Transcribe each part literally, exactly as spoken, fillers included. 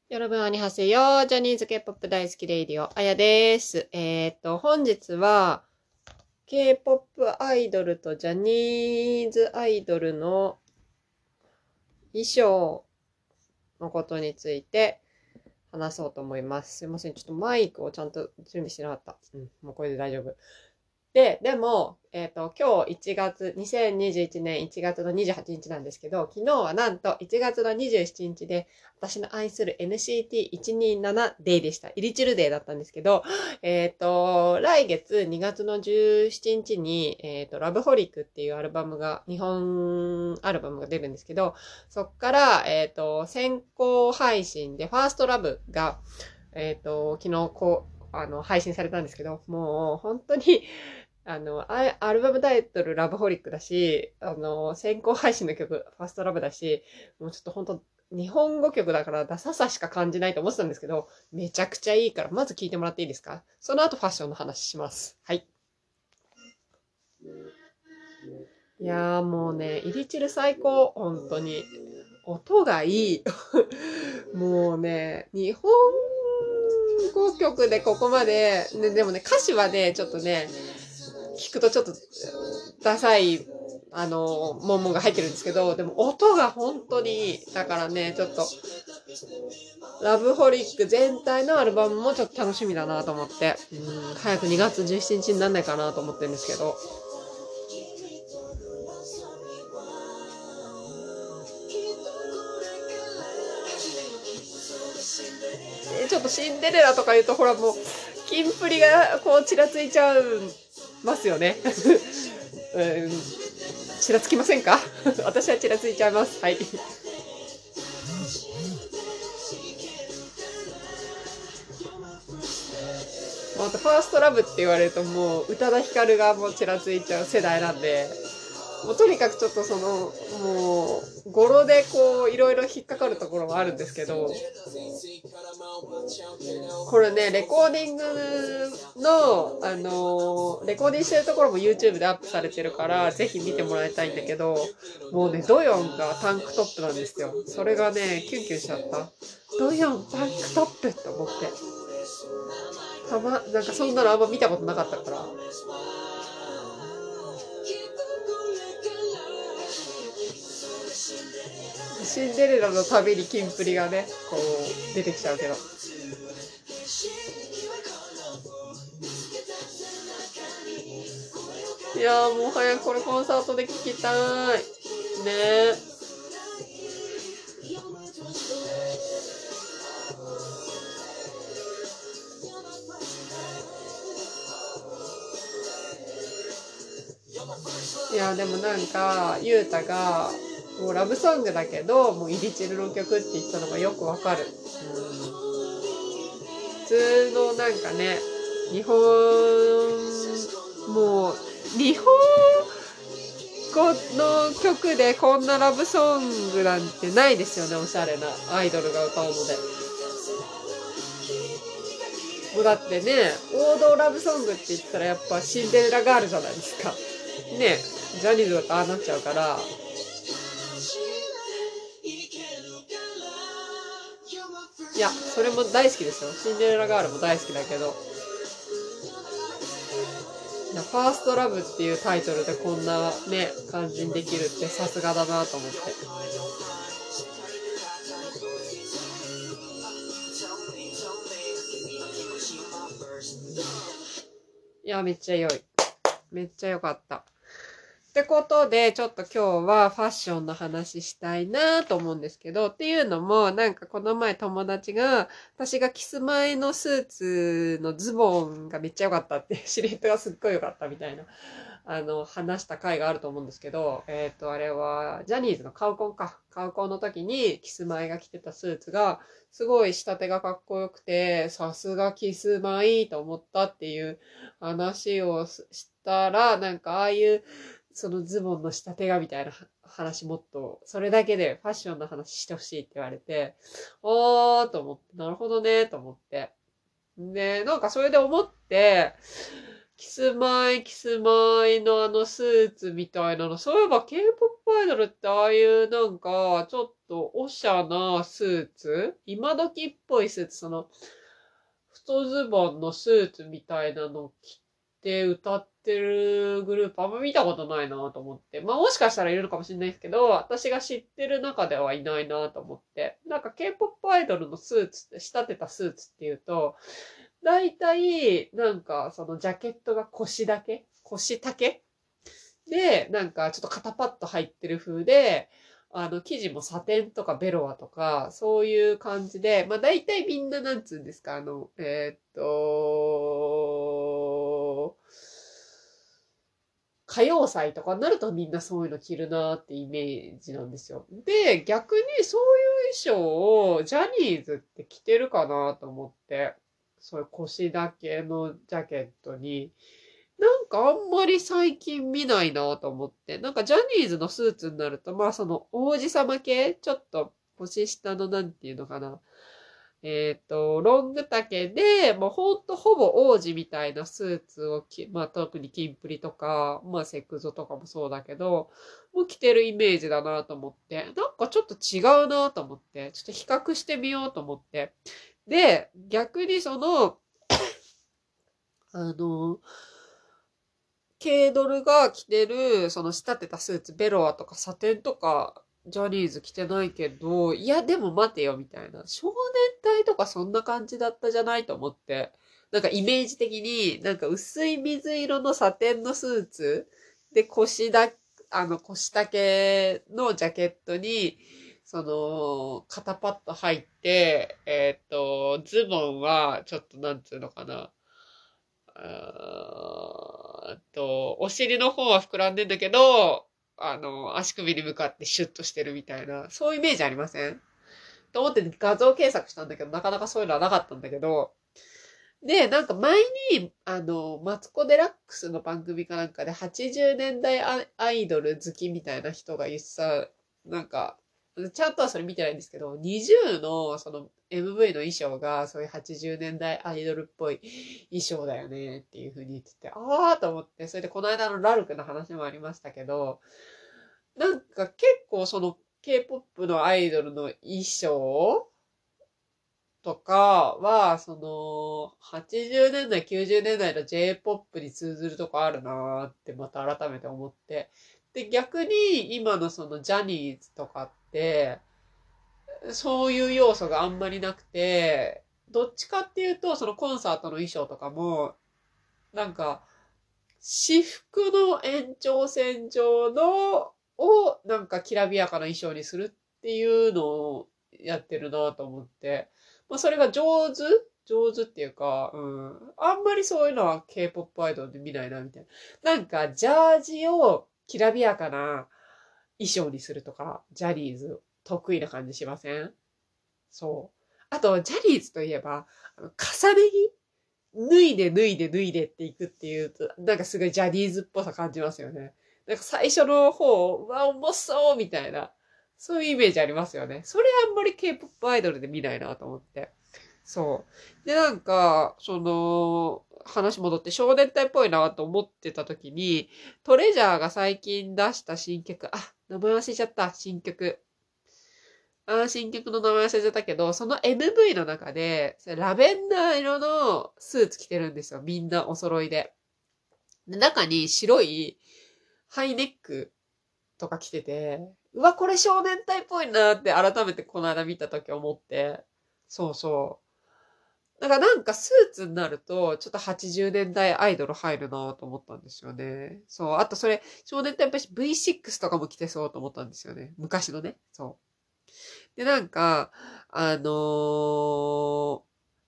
よろぶんあにはせよ。ジャニーズ K-ポップ 大好きレイディオ、あやです。えっと、本日は K-ポップ アイドルとジャニーズアイドルの衣装のことについて話そうと思います。すいません。ちょっとマイクをちゃんと準備してなかった。うん、もうこれで大丈夫。で、でも、えっと、今日いちがつ、にせんにじゅういちねんいちがつのにじゅうはちにちなんですけど、昨日はなんといちがつのにじゅうしちにちで、私の愛する エヌシーティーいちにーなな デイでした。イリチルデイだったんですけど、えっと、来月にがつのじゅうしちにちに、えっと、ラブホリックっていうアルバムが、日本アルバムが出るんですけど、そっから、えっと、先行配信で、ファーストラブが、えっと、昨日こう、あの、配信されたんですけど、もう、本当に、あの、アアルバムタイトルラブホリックだし、あの、先行配信の曲、ファーストラブだし、もうちょっと本当日本語曲だからダサさしか感じないと思ってたんですけど、めちゃくちゃいいから、まず聞いてもらっていいですか？その後ファッションの話します。はい。いやーもうね、イリチル最高、本当に。音がいい。もうね、日本語曲でここまで、ね、でもね、歌詞はね、ちょっとね、聞くとちょっとダサい、あの、文言が入ってるんですけど、でも音が本当にいい。だからね、ちょっと、ラブホリック全体のアルバムもちょっと楽しみだなと思って、うん、早くにがつじゅうしちにちになんないかなと思ってるんですけど、ちょっとシンデレラとか言うと、ほらもう、キンプリがこう、ちらついちゃうますよね。うん、ちらつきませんか？私はちらついちゃいます。はい。もうファーストラブって言われるともう宇多田ヒカルがもうちらついちゃう世代なんで、もうとにかくちょっとその、もう、語呂でこう、いろいろ引っかかるところはあるんですけど、これね、レコーディングの、あのーレコーディングしてるところも YouTube でアップされてるから、ぜひ見てもらいたいんだけど、もうね、ドヨンがタンクトップなんですよ。それがね、キュンキュンしちゃった。ドヨンタンクトップって思って。たま、なんかそんなのあんま見たことなかったから。シンデレラのたびにキンプリがね、こう、出てきちゃうけど。いやーもう早くこれコンサートで聴きたい。ねえ。いやでもなんか、ゆうたが、もうラブソングだけど、もうイリチルの曲って言ったのがよくわかる。うん、普通のなんかね、日本、もう、日本語の曲でこんなラブソングなんてないですよね、おしゃれなアイドルが歌うので。もうだってね、王道ラブソングって言ったらやっぱシンデレラガールじゃないですか。ね、ジャニーズだとああなっちゃうから、いや、それも大好きですよ。シンデレラガールも大好きだけど、いやファーストラブっていうタイトルでこんなね、感じにできるってさすがだなと思って。いや、めっちゃ良い。めっちゃ良かった。ってことで、ちょっと今日はファッションの話したいなと思うんですけど、っていうのも、なんかこの前友達が、私がキス前のスーツのズボンがめっちゃ良かったって、シルエットがすっごい良かったみたいな、あの、話した回があると思うんですけど、えっと、あれは、ジャニーズのカウコンか。カウコンの時にキスマイが着てたスーツが、すごい仕立てがかっこよくて、さすがキスマイと思ったっていう話をしたら、なんかああいうそのズボンの仕立てがみたいな話もっと、それだけでファッションの話してほしいって言われて、おーと思って、なるほどねと思って。で、なんかそれで思って、 キスマイ、キスマイのあのスーツみたいなの、そういえば K-ポップ アイドルってああいうなんか、ちょっとおしゃなスーツ今時っぽいスーツ、その、太ズボンのスーツみたいなの着て歌ってるグループあんま見たことないなと思って。まあもしかしたらいるのかもしれないですけど、私が知ってる中ではいないなと思って。なんか K-ポップ アイドルのスーツって、仕立てたスーツっていうと、だいたい、なんか、そのジャケットが腰だけ腰丈で、なんかちょっと肩パッド入ってる風で、あの、生地もサテンとかベロアとか、そういう感じで、まあ大体みんななんつうんですか、あの、えーっと、歌謡祭とかになるとみんなそういうの着るなってイメージなんですよ。で、逆にそういう衣装をジャニーズって着てるかなと思って、そういう腰だけのジャケットに、なんかあんまり最近見ないなと思って、なんかジャニーズのスーツになると、まあその王子様系、ちょっと腰下のなんていうのかな、えっと、ロング丈で、もうほんとほぼ王子みたいなスーツをき、まあ特にキンプリとか、まあセクゾとかもそうだけど、もう着てるイメージだなと思って、なんかちょっと違うなと思って、ちょっと比較してみようと思って。で、逆にその、あの、ケイドルが着てる、その仕立てたスーツ、ベロアとかサテンとか、ジャニーズ着てないけど、いや、でも待てよ、みたいな。少年隊とかそんな感じだったじゃないと思って。なんかイメージ的に、なんか薄い水色のサテンのスーツで腰だ、あの腰丈のジャケットに、その、肩パッド入って、えっと、ズボンは、ちょっとなんつうのかな。あーと、お尻の方は膨らんでんだけど、あの、足首に向かってシュッとしてるみたいな、そういうイメージありませんと思って画像検索したんだけど、なかなかそういうのはなかったんだけど、で、なんか前に、あの、マツコデラックスの番組かなんかではちじゅうねんだいアアイドル好きみたいな人が言ってた、なんか、ちゃんとはそれ見てないんですけど、ニジューのその エムブイ の衣装がそういうはちじゅうねんだいアイドルっぽい衣装だよねっていう風に言ってて、あーと思って、それでこの間のラルクの話もありましたけど、なんか結構その K-ケーポップ のアイドルの衣装とかは、その、はちじゅうねんだい、きゅうじゅうねんだいの J-ジェイポップ に通ずるとこあるなーってまた改めて思って。で、逆に今のそのジャニーズとかって、そういう要素があんまりなくて、どっちかっていうと、そのコンサートの衣装とかも、なんか、私服の延長線上の、を、なんかきらびやかな衣装にするっていうのをやってるなと思って。まあ、それが上手上手っていうか、うん。あんまりそういうのは K-ケーポップ アイドルで見ないな、みたいな。なんか、ジャージをきらびやかな衣装にするとか、ジャニーズ得意な感じしませんそう。あと、ジャニーズといえば、あの重ね着脱いで脱いで脱いでっていくっていうと、なんかすごいジャニーズっぽさ感じますよね。なんか最初の方、うわ、重そうみたいな、そういうイメージありますよね。それあんまり K-ケーポップ アイドルで見ないなと思って。そう。で、なんか、その、話戻って少年隊っぽいなと思ってた時に、トレジャーが最近出した新曲、あ、名前忘れちゃった、新曲。あー新曲の名前忘れちゃったけど、その エムブイ の中で、ラベンダー色のスーツ着てるんですよ。みんなお揃いで。で中に白いハイネックとか着てて、うわ、これ少年隊っぽいなって改めてこの間見た時思って。そうそう。だからなんかスーツになると、ちょっとはちじゅうねんだいアイドル入るなと思ったんですよね。そう。あとそれ、少年隊やっぱり ブイシックス とかも着てそうと思ったんですよね。昔のね。そう。で、なんか、あのー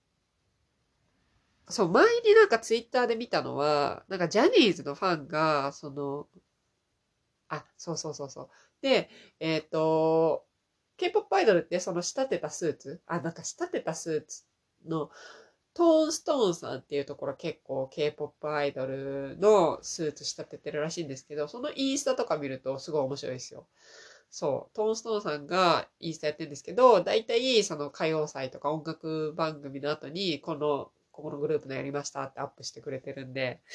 そう、前になんかツイッターで見たのは、なんかジャニーズのファンが、その、あ、そうそうそうそう。で、えっと、K-ケーポップ アイドルってその仕立てたスーツ、あ、なんか仕立てたスーツのトーンストーンさんっていうところ結構 K-ケーポップ アイドルのスーツ仕立ててるらしいんですけど、そのインスタとか見るとすごい面白いですよ。そう、トーンストーンさんがインスタやってるんですけど、だいたいその歌謡祭とか音楽番組の後に、この、ここのグループのやりましたってアップしてくれてるんで、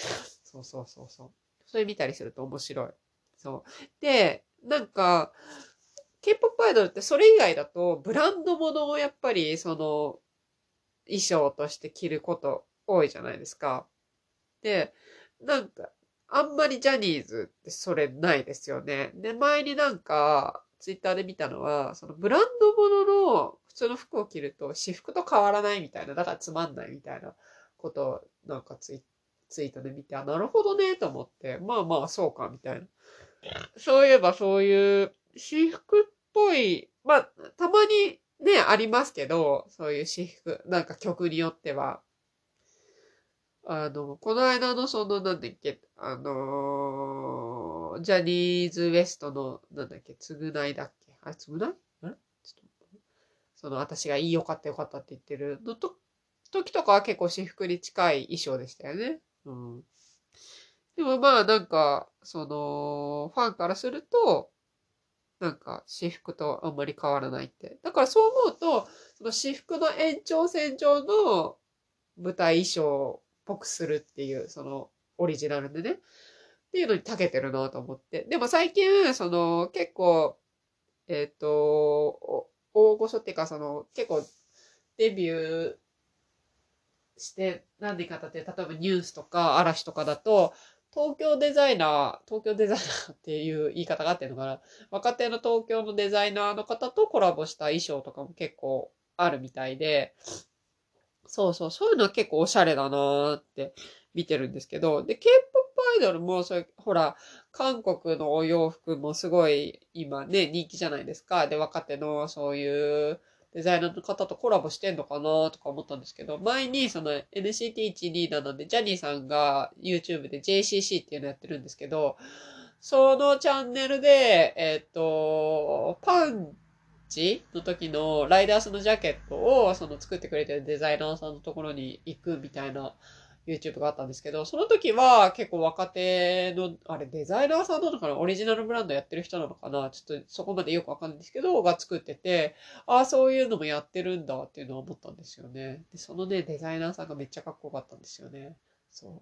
そうそうそうそう。それ見たりすると面白い。そう。で、なんか、K-ポップ アイドルってそれ以外だと、ブランドものをやっぱり、その、衣装として着ること多いじゃないですか。で、なんか、あんまりジャニーズってそれないですよね。で、前になんか、ツイッターで見たのは、そのブランドものの普通の服を着ると私服と変わらないみたいな、だからつまんないみたいなことをなんかツイツイートで見て、あ、なるほどね、と思って、まあまあそうか、みたいな。そういえばそういう私服っぽい、まあ、たまにね、ありますけど、そういう私服、なんか曲によっては。あの、この間のその、なんだっけ、あのージャニーズ ウエストの、なんだっけ、つぐないだっけあれ、つぐないんちょっと、その、私がいいよかったよかったって言ってるのと、時とかは結構私服に近い衣装でしたよね。うん。でもまあ、なんか、その、ファンからすると、なんか、私服とあんまり変わらないって。だからそう思うと、その私服の延長線上の舞台衣装っぽくするっていう、その、オリジナルでね。っていうのに長けてるなと思って。でも最近、その、結構、えっ、と、大御所っていうか、その、結構、デビューして何年か経って、例えばニュースとか嵐とかだと、東京デザイナー、東京デザイナーっていう言い方があってるのかな。若手の東京のデザイナーの方とコラボした衣装とかも結構あるみたいで、そうそう、そういうのは結構おしゃれだなーって見てるんですけど、で、K-ポップ アイドルも、そういう、ほら、韓国のお洋服もすごい今ね、人気じゃないですか。で、若手のそういうデザイナーの方とコラボしてんのかなとか思ったんですけど、前にその エヌシーティーいちにーなな でジャニーさんが YouTube で ジェイシーシー っていうのやってるんですけど、そのチャンネルで、えっと、パンチの時のライダースのジャケットをその作ってくれてるデザイナーさんのところに行くみたいな YouTube があったんですけど、その時は結構若手の、あれデザイナーさんなのかなオリジナルブランドやってる人なのかなちょっとそこまでよくわかんないんですけど、が作ってて、ああ、そういうのもやってるんだっていうのは思ったんですよね。で、そのね、デザイナーさんがめっちゃかっこよかったんですよね。そう。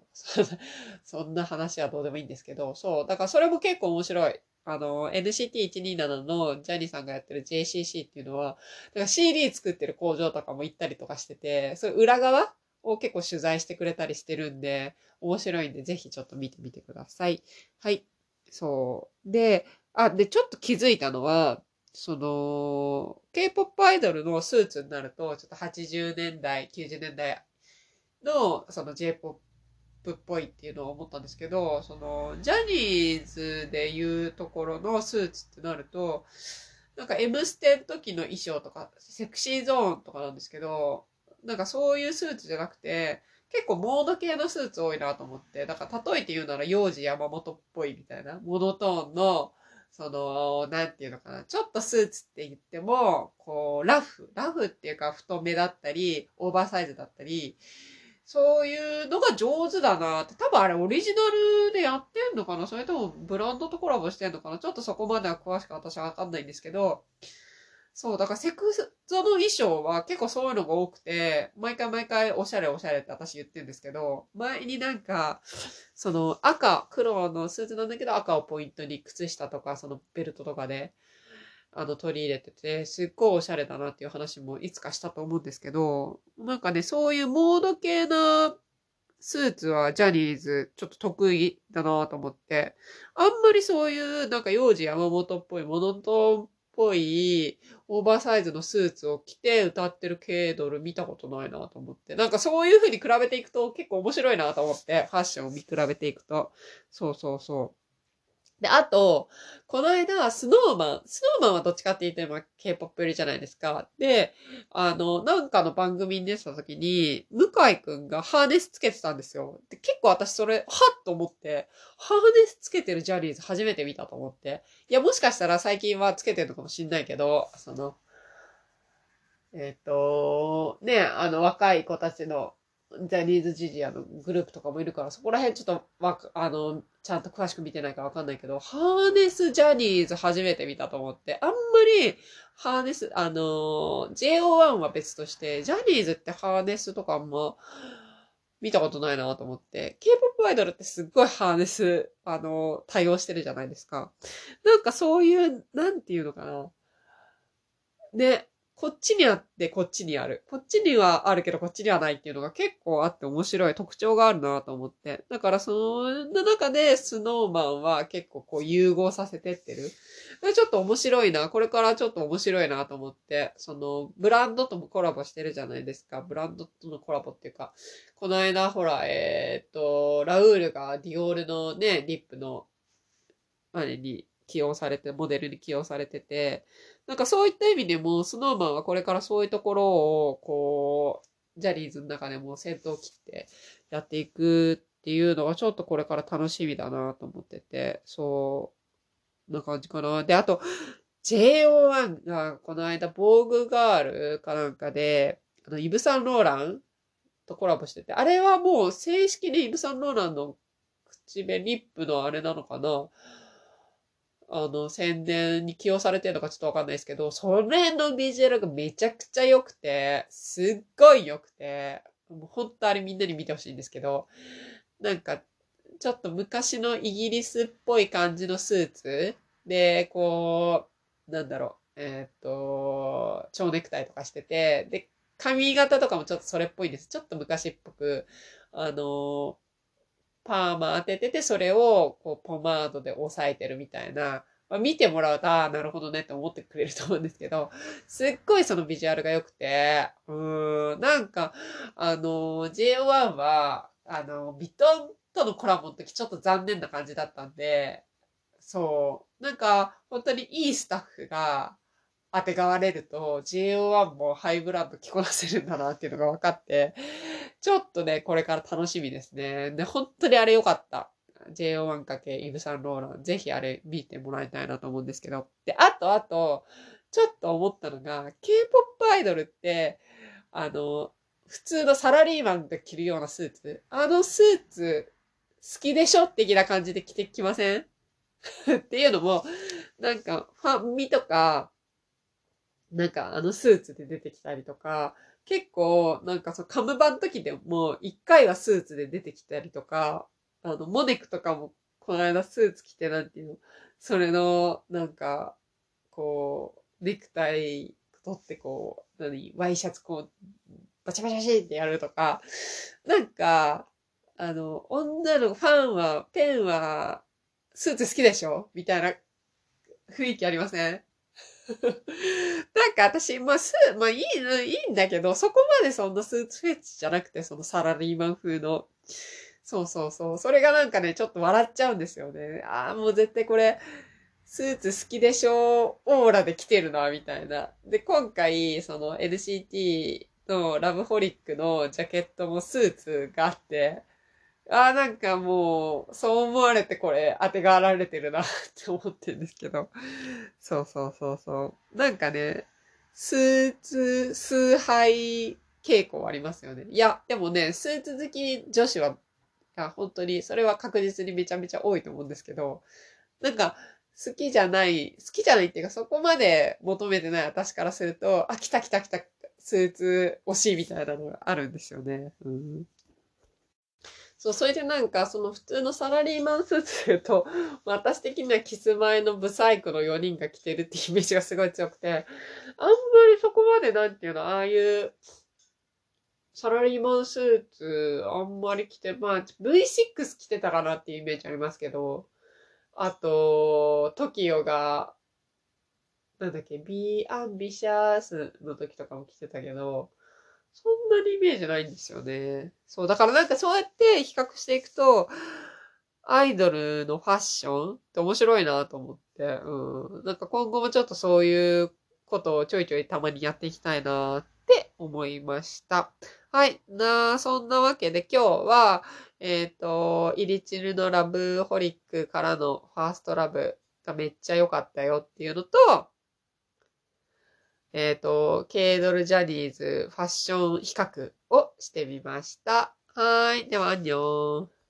そんな話はどうでもいいんですけど、そう。だからそれも結構面白い。あの、エヌシーティーいちにーなな のジャニーさんがやってる ジェイシーシー っていうのは、だから シーディー 作ってる工場とかも行ったりとかしてて、そういう裏側を結構取材してくれたりしてるんで、面白いんで、ぜひちょっと見てみてください。はい。そう。で、あ、で、ちょっと気づいたのは、その、K-ポップ アイドルのスーツになると、ちょっとはちじゅうねんだい、きゅうじゅうねんだいの、その J-ポップ っぽいっていうのを思ったんですけど、その、ジャニーズでいうところのスーツってなると、なんか M ステの時の衣装とか、セクシーゾーンとかなんですけど、なんかそういうスーツじゃなくて、結構モード系のスーツ多いなと思って、だから例えて言うなら幼児山本っぽいみたいな、モノトーンの、その、なんていうのかな、ちょっとスーツって言っても、こう、ラフ、ラフっていうか太めだったり、オーバーサイズだったり、そういうのが上手だなって。多分あれオリジナルでやってんのかなそれともブランドとコラボしてんのかなちょっとそこまでは詳しく私はわかんないんですけど、そう、だからセクゾの衣装は結構そういうのが多くて、毎回毎回おしゃれおしゃれって私言ってるんですけど、前になんか、その赤、黒のスーツなんだけど赤をポイントに靴下とかそのベルトとかで、あの取り入れてて、すっごいおしゃれだなっていう話もいつかしたと思うんですけど、なんかね、そういうモード系なスーツはジャニーズちょっと得意だなと思って、あんまりそういうなんか幼児山本っぽいモノトーンっぽいオーバーサイズのスーツを着て歌ってるケイドル見たことないなと思って。なんかそういう風に比べていくと結構面白いなと思って、ファッションを見比べていくと。そうそうそう。で、あと、この間、スノーマン、スノーマンはどっちかって言っても K-ポップ 寄りじゃないですか。で、あの、なんかの番組に出てた時に、向井くんがハーネスつけてたんですよ。で、結構私それ、はっと思って、ハーネスつけてるジャニーズ初めて見たと思って。いや、もしかしたら最近はつけてるのかもしんないけど、その、えっと、ね、あの、若い子たちのジャニーズジュニアのグループとかもいるから、そこら辺ちょっとわか、あの、ちゃんと詳しく見てないからわかんないけど、ハーネスジャニーズ初めて見たと思って、あんまり、ハーネス、あの、ジェイオーワン は別として、ジャニーズってハーネスとかも見たことないなと思って。K-ポップ アイドルってすっごいハーネス、あの、対応してるじゃないですか。なんかそういう、なんていうのかな。ね、こっちにあってこっちにある。こっちにはあるけどこっちにはないっていうのが結構あって面白い特徴があるなと思って。だからその中でスノーマンは結構こう融合させてってる。ちょっと面白いな。これからちょっと面白いなと思って。そのブランドともコラボしてるじゃないですか。ブランドとのコラボっていうか。この間ほら、えーっと、ラウールがディオールのね、リップのあれに起用されて、モデルに起用されてて、なんかそういった意味でも、スノーマンはこれからそういうところを、こう、ジャニーズの中でも先頭を切ってやっていくっていうのがちょっとこれから楽しみだなと思ってて、そう、な感じかな。で、あと、ジェイオーワン がこの間、ボーグガールかなんかで、あの、イブ・サンローランとコラボしてて、あれはもう正式にイブ・サンローランの口紅リップのあれなのかな、あの、宣伝に起用されてるのかちょっとわかんないですけど、それのビジュアルがめちゃくちゃ良くて、すっごい良くて、もう本当あれみんなに見てほしいんですけど、なんか、ちょっと昔のイギリスっぽい感じのスーツで、こう、なんだろう、えーっと、蝶ネクタイとかしてて、で、髪型とかもちょっとそれっぽいんです。ちょっと昔っぽく、あの、パーマ当ててて、それをこうポマードで押さえてるみたいな、まあ、見てもらうと、ああ、なるほどねって思ってくれると思うんですけど、すっごいそのビジュアルが良くて、うーん、なんか、あの、ジェイオーワン は、あの、ビトンとのコラボの時ちょっと残念な感じだったんで、そう、なんか、本当にいいスタッフが、あてがわれると ジェイオーワン もハイブランド着こなせるんだなっていうのが分かって、ちょっとね、これから楽しみですね。で、本当にあれ良かった。ジェイオーワン かけイヴ・サンローラン。ぜひあれ見てもらいたいなと思うんですけど。で、あとあと、ちょっと思ったのが、K-ポップ アイドルって、あの、普通のサラリーマンが着るようなスーツ。あのスーツ、好きでしょ的な感じで着てきませんっていうのも、なんか、ファンミとか、なんかあのスーツで出てきたりとか、結構なんかそのカムバの時でも一回はスーツで出てきたりとか、あの、モネクとかもこの間スーツ着てなんていうの、それのなんか、こう、ネクタイ取ってこう、何、ワイシャツこう、バチャバチャバチャってやるとか、なんか、あの、女のファンは、ペンは、スーツ好きでしょみたいな雰囲気ありません？なんか私、まあ、スー、まあいい、いいんだけど、そこまでそんなスーツフェチじゃなくて、そのサラリーマン風の。そうそうそう。それがなんかね、ちょっと笑っちゃうんですよね。ああ、もう絶対これ、スーツ好きでしょオーラで来てるな、みたいな。で、今回、その エヌシーティー のラブホリックのジャケットもスーツがあって、ああ、なんかもう、そう思われてこれ当てがられてるなって思ってるんですけど。そうそうそうそう。なんかね、スーツ、崇拝傾向ありますよね。いや、でもね、スーツ好き女子は、あ、本当に、それは確実にめちゃめちゃ多いと思うんですけど、なんか、好きじゃない、好きじゃないっていうか、そこまで求めてない私からすると、あ、来た来た来た、スーツ惜しいみたいなのがあるんですよね。うん。そう、それでなんか、その普通のサラリーマンスーツで言うと、私的にはキスマイのブサイクのよにんが着てるっていうイメージがすごい強くて、あんまりそこまでなんていうの、ああいうサラリーマンスーツあんまり着て、まあ ブイシックス 着てたかなっていうイメージありますけど、あと、トキオが、なんだっけ、Be Ambitious の時とかも着てたけど、そんなにイメージないんですよね。そう、だからなんかそうやって比較していくと、アイドルのファッションって面白いなと思って、うん。なんか今後もちょっとそういうことをちょいちょいたまにやっていきたいなって思いました。はい。な、そんなわけで今日は、えっと、イリチルのラブホリックからのファーストラブがめっちゃ良かったよっていうのと、えっと、ケイドルジャニーズファッション比較をしてみました。はい。では、アンニョン。